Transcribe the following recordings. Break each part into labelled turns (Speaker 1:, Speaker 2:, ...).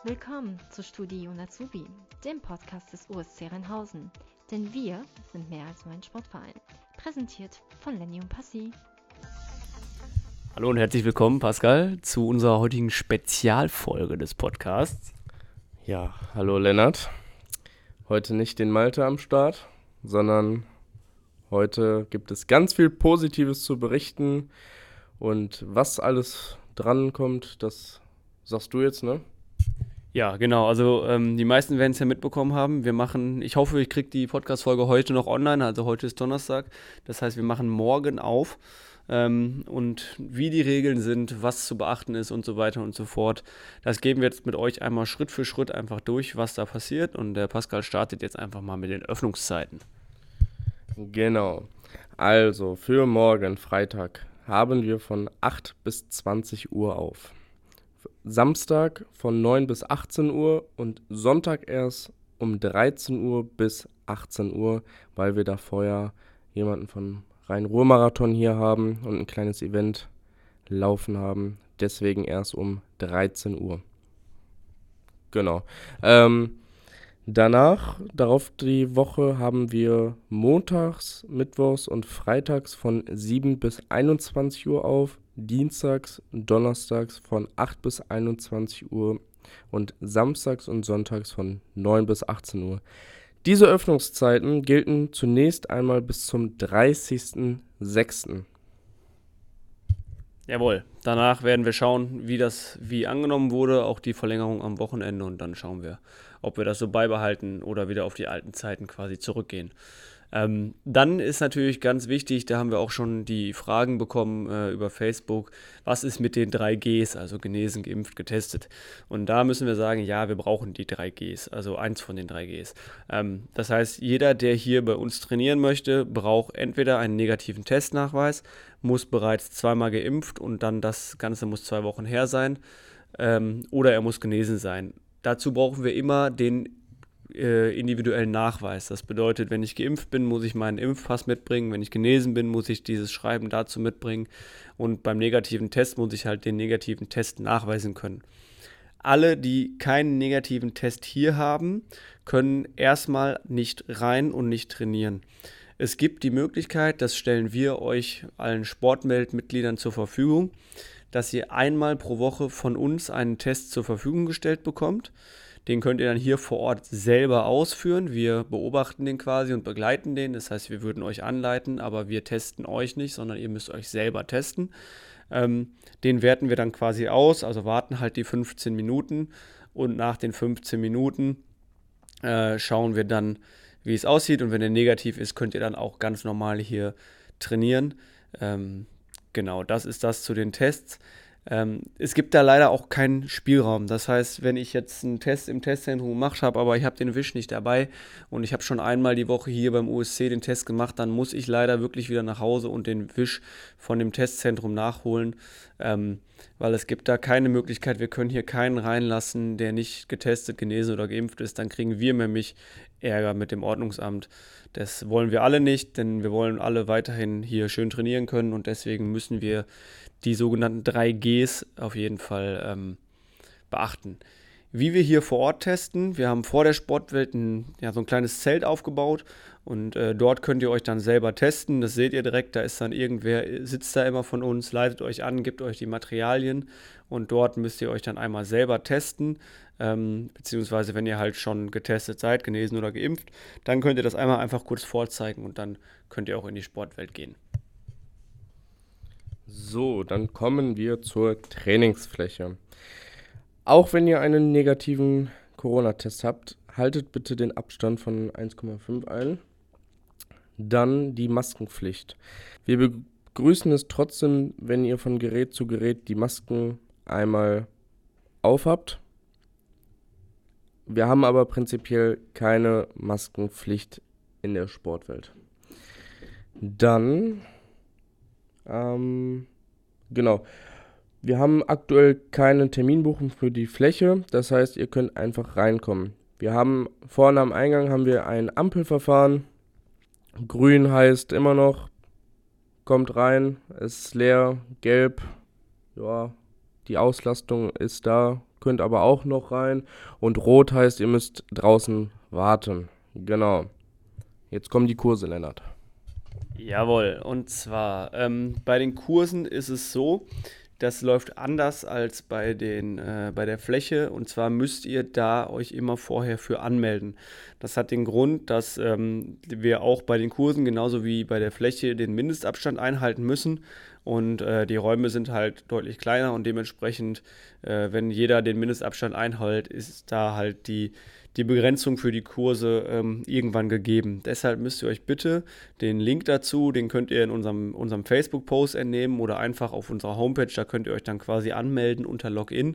Speaker 1: Willkommen zu Studi und Azubi, dem Podcast des USC Rheinhausen. Denn wir sind mehr als nur ein Sportverein. Präsentiert von Lenny und Passi.
Speaker 2: Hallo und herzlich willkommen, Pascal, zu unserer heutigen Spezialfolge des Podcasts.
Speaker 3: Ja, hallo Lennart. Heute nicht den Malte am Start, sondern heute gibt es ganz viel Positives zu berichten. Und was alles drankommt, das sagst du jetzt, ne?
Speaker 2: Ja, genau, also die meisten werden es ja mitbekommen haben. Ich hoffe, ich kriege die Podcast-Folge heute noch online, also heute ist Donnerstag. Das heißt, wir machen morgen auf. Und wie die Regeln sind, was zu beachten ist und so weiter und so fort. Das geben wir jetzt mit euch einmal Schritt für Schritt einfach durch, was da passiert. Und der Pascal startet jetzt einfach mal mit den Öffnungszeiten.
Speaker 3: Genau. Also für morgen, Freitag, haben wir von 8 bis 20 Uhr auf. Samstag von 9 bis 18 Uhr und Sonntag erst um 13 Uhr bis 18 Uhr, weil wir da vorher jemanden vom Rhein-Ruhr-Marathon hier haben und ein kleines Event laufen haben. Deswegen erst um 13 Uhr. Genau. Darauf die Woche, haben wir montags, mittwochs und freitags von 7 bis 21 Uhr auf, dienstags, donnerstags von 8 bis 21 Uhr und samstags und sonntags von 9 bis 18 Uhr. Diese Öffnungszeiten gelten zunächst einmal bis zum 30.06.
Speaker 2: Jawohl, danach werden wir schauen, wie angenommen wurde, auch die Verlängerung am Wochenende, und dann schauen wir, ob wir das so beibehalten oder wieder auf die alten Zeiten quasi zurückgehen. Dann ist natürlich ganz wichtig, da haben wir auch schon die Fragen bekommen über Facebook, was ist mit den 3Gs, also genesen, geimpft, getestet. Und da müssen wir sagen, ja, wir brauchen die 3Gs, also eins von den 3Gs. Das heißt, jeder, der hier bei uns trainieren möchte, braucht entweder einen negativen Testnachweis, muss bereits zweimal geimpft und dann das Ganze muss 2 Wochen her sein, oder er muss genesen sein. Dazu brauchen wir immer den individuellen Nachweis. Das bedeutet, wenn ich geimpft bin, muss ich meinen Impfpass mitbringen. Wenn ich genesen bin, muss ich dieses Schreiben dazu mitbringen. Und beim negativen Test muss ich halt den negativen Test nachweisen können. Alle, die keinen negativen Test hier haben, können erstmal nicht rein und nicht trainieren. Es gibt die Möglichkeit, das stellen wir euch allen Sportmeld-Mitgliedern zur Verfügung, dass ihr einmal pro Woche von uns einen Test zur Verfügung gestellt bekommt. Den könnt ihr dann hier vor Ort selber ausführen. Wir beobachten den quasi und begleiten den. Das heißt, wir würden euch anleiten, aber wir testen euch nicht, sondern ihr müsst euch selber testen. Den werten wir dann quasi aus, also warten halt die 15 Minuten und nach den 15 Minuten schauen wir dann, wie es aussieht. Und wenn der negativ ist, könnt ihr dann auch ganz normal hier trainieren. Genau, das ist das zu den Tests. Es gibt da leider auch keinen Spielraum. Das heißt, wenn ich jetzt einen Test im Testzentrum gemacht habe, aber ich habe den Wisch nicht dabei und ich habe schon einmal die Woche hier beim USC den Test gemacht, dann muss ich leider wirklich wieder nach Hause und den Wisch von dem Testzentrum nachholen, weil es gibt da keine Möglichkeit, wir können hier keinen reinlassen, der nicht getestet, genesen oder geimpft ist. Dann kriegen wir nämlich Ärger mit dem Ordnungsamt. Das wollen wir alle nicht, denn wir wollen alle weiterhin hier schön trainieren können und deswegen müssen wir die sogenannten 3Gs auf jeden Fall beachten. Wie wir hier vor Ort testen, wir haben vor der Sportwelt so ein kleines Zelt aufgebaut und dort könnt ihr euch dann selber testen. Das seht ihr direkt, da ist dann irgendwer, sitzt da immer von uns, leitet euch an, gibt euch die Materialien und dort müsst ihr euch dann einmal selber testen, beziehungsweise wenn ihr halt schon getestet seid, genesen oder geimpft, dann könnt ihr das einmal einfach kurz vorzeigen und dann könnt ihr auch in die Sportwelt gehen.
Speaker 3: So, dann kommen wir zur Trainingsfläche. Auch wenn ihr einen negativen Corona-Test habt, haltet bitte den Abstand von 1,5 ein. Dann die Maskenpflicht. Wir begrüßen es trotzdem, wenn ihr von Gerät zu Gerät die Masken einmal aufhabt. Wir haben aber prinzipiell keine Maskenpflicht in der Sportwelt. Dann genau. Wir haben aktuell keine Terminbuchung für die Fläche, das heißt, ihr könnt einfach reinkommen. Wir haben vorne am Eingang haben wir ein Ampelverfahren. Grün heißt immer noch, kommt rein, ist leer, gelb, ja, die Auslastung ist da, könnt aber auch noch rein. Und rot heißt, ihr müsst draußen warten. Genau. Jetzt kommen die Kurse, Lennart.
Speaker 2: Jawohl, und zwar bei den Kursen ist es so, das läuft anders als bei der Fläche, und zwar müsst ihr da euch immer vorher für anmelden. Das hat den Grund, dass wir auch bei den Kursen genauso wie bei der Fläche den Mindestabstand einhalten müssen, und die Räume sind halt deutlich kleiner, und dementsprechend, wenn jeder den Mindestabstand einhält, ist da halt die Begrenzung für die Kurse irgendwann gegeben. Deshalb müsst ihr euch bitte den Link dazu, den könnt ihr in unserem Facebook-Post entnehmen oder einfach auf unserer Homepage, da könnt ihr euch dann quasi anmelden unter Login.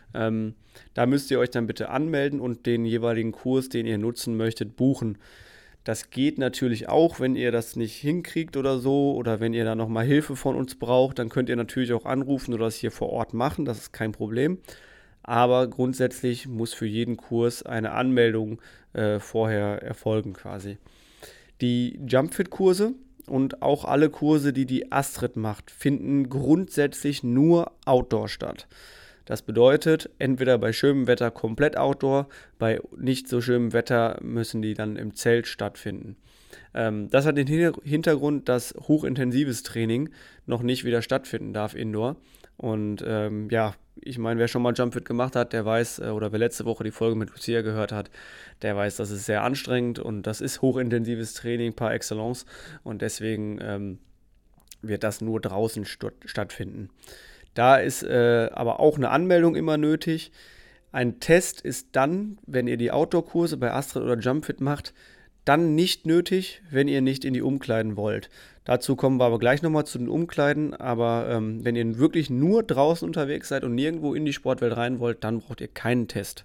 Speaker 2: Da müsst ihr euch dann bitte anmelden und den jeweiligen Kurs, den ihr nutzen möchtet, buchen. Das geht natürlich auch, wenn ihr das nicht hinkriegt oder so, oder wenn ihr da nochmal Hilfe von uns braucht, dann könnt ihr natürlich auch anrufen oder das hier vor Ort machen, das ist kein Problem. Aber grundsätzlich muss für jeden Kurs eine Anmeldung vorher erfolgen quasi. Die Jumpfit-Kurse und auch alle Kurse, die Astrid macht, finden grundsätzlich nur Outdoor statt. Das bedeutet, entweder bei schönem Wetter komplett Outdoor, bei nicht so schönem Wetter müssen die dann im Zelt stattfinden. Das hat den Hintergrund, dass hochintensives Training noch nicht wieder stattfinden darf Indoor. Und ich meine, wer schon mal Jumpfit gemacht hat, der weiß, oder wer letzte Woche die Folge mit Lucia gehört hat, der weiß, das ist sehr anstrengend und das ist hochintensives Training par excellence, und deswegen wird das nur draußen stattfinden. Da ist aber auch eine Anmeldung immer nötig. Ein Test ist dann, wenn ihr die Outdoor-Kurse bei Astrid oder Jumpfit macht, dann nicht nötig, wenn ihr nicht in die Umkleiden wollt. Dazu kommen wir aber gleich nochmal zu den Umkleiden, aber wenn ihr wirklich nur draußen unterwegs seid und nirgendwo in die Sportwelt rein wollt, dann braucht ihr keinen Test.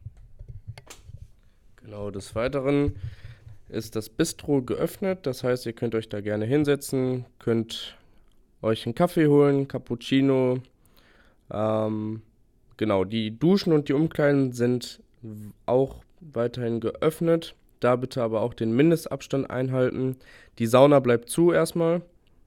Speaker 3: Genau, des Weiteren ist das Bistro geöffnet, das heißt, ihr könnt euch da gerne hinsetzen, könnt euch einen Kaffee holen, Cappuccino. Genau, die Duschen und die Umkleiden sind auch weiterhin geöffnet. Da bitte aber auch den Mindestabstand einhalten. Die Sauna bleibt zu erstmal.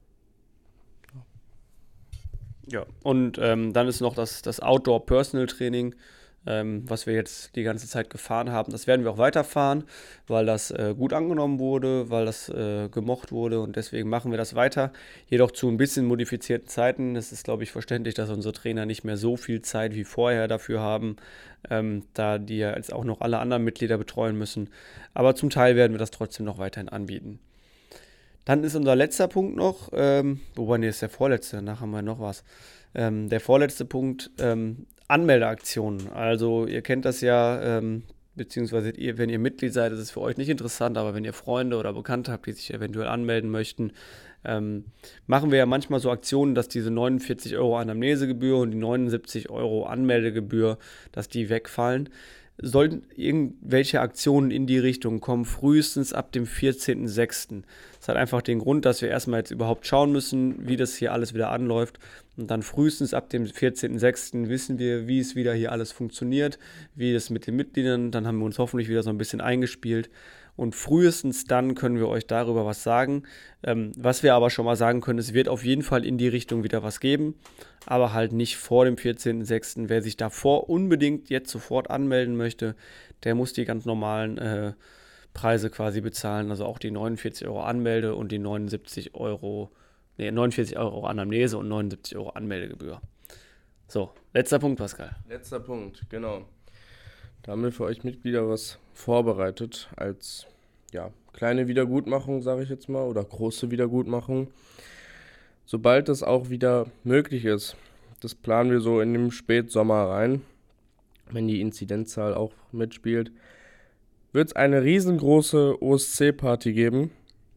Speaker 2: Ja, und dann ist noch das Outdoor-Personal-Training, was wir jetzt die ganze Zeit gefahren haben. Das werden wir auch weiterfahren, weil das gut angenommen wurde, weil das gemocht wurde, und deswegen machen wir das weiter. Jedoch zu ein bisschen modifizierten Zeiten. Es ist, glaube ich, verständlich, dass unsere Trainer nicht mehr so viel Zeit wie vorher dafür haben, da die ja jetzt auch noch alle anderen Mitglieder betreuen müssen. Aber zum Teil werden wir das trotzdem noch weiterhin anbieten. Dann ist unser letzter Punkt noch, wobei, nee, ist der vorletzte, danach haben wir noch was. Der vorletzte Punkt, Anmeldeaktionen. Also ihr kennt das ja, beziehungsweise wenn ihr Mitglied seid, ist es für euch nicht interessant, aber wenn ihr Freunde oder Bekannte habt, die sich eventuell anmelden möchten, machen wir ja manchmal so Aktionen, dass diese 49 € Anamnesegebühr und die 79 € Anmeldegebühr, dass die wegfallen. Sollten irgendwelche Aktionen in die Richtung kommen, frühestens ab dem 14.06. Das hat einfach den Grund, dass wir erstmal jetzt überhaupt schauen müssen, wie das hier alles wieder anläuft. Und dann frühestens ab dem 14.06. wissen wir, wie es wieder hier alles funktioniert, wie es mit den Mitgliedern, dann haben wir uns hoffentlich wieder so ein bisschen eingespielt. Und frühestens dann können wir euch darüber was sagen. Was wir aber schon mal sagen können, es wird auf jeden Fall in die Richtung wieder was geben, aber halt nicht vor dem 14.06. Wer sich davor unbedingt jetzt sofort anmelden möchte, der muss die ganz normalen Preise quasi bezahlen, also auch die 49 € Anmelde und die 49 € Anamnese und 79 € Anmeldegebühr. So, letzter Punkt, Pascal.
Speaker 3: Letzter Punkt, genau. Da haben wir für euch Mitglieder was vorbereitet als kleine Wiedergutmachung, sage ich jetzt mal, oder große Wiedergutmachung. Sobald es auch wieder möglich ist, das planen wir so in den Spätsommer rein, wenn die Inzidenzzahl auch mitspielt, wird es eine riesengroße OSC-Party geben,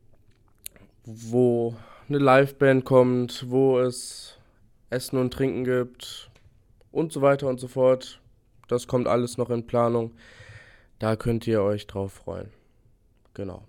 Speaker 3: wo eine Liveband kommt, wo es Essen und Trinken gibt und so weiter und so fort. Das kommt alles noch in Planung. Da könnt ihr euch drauf freuen. Genau.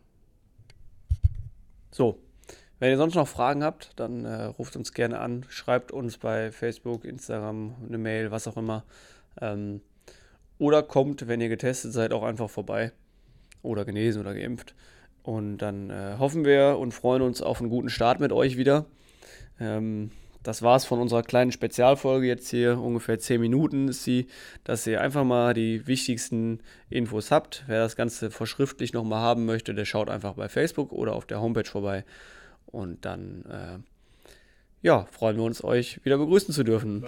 Speaker 2: So, wenn ihr sonst noch Fragen habt, dann ruft uns gerne an, schreibt uns bei Facebook, Instagram, eine Mail, was auch immer. Oder kommt, wenn ihr getestet seid, auch einfach vorbei. Oder genesen oder geimpft. Und dann hoffen wir und freuen uns auf einen guten Start mit euch wieder. das war's von unserer kleinen Spezialfolge. Jetzt hier ungefähr 10 Minuten ist sie, dass ihr einfach mal die wichtigsten Infos habt. Wer das Ganze verschriftlich nochmal haben möchte, der schaut einfach bei Facebook oder auf der Homepage vorbei. Und dann freuen wir uns, euch wieder begrüßen zu dürfen.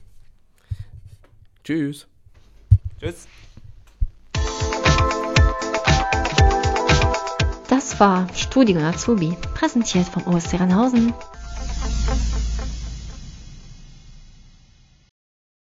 Speaker 3: Tschüss.
Speaker 2: Tschüss.
Speaker 1: Das war Studio Azubi, präsentiert vom OS Herrenhausen.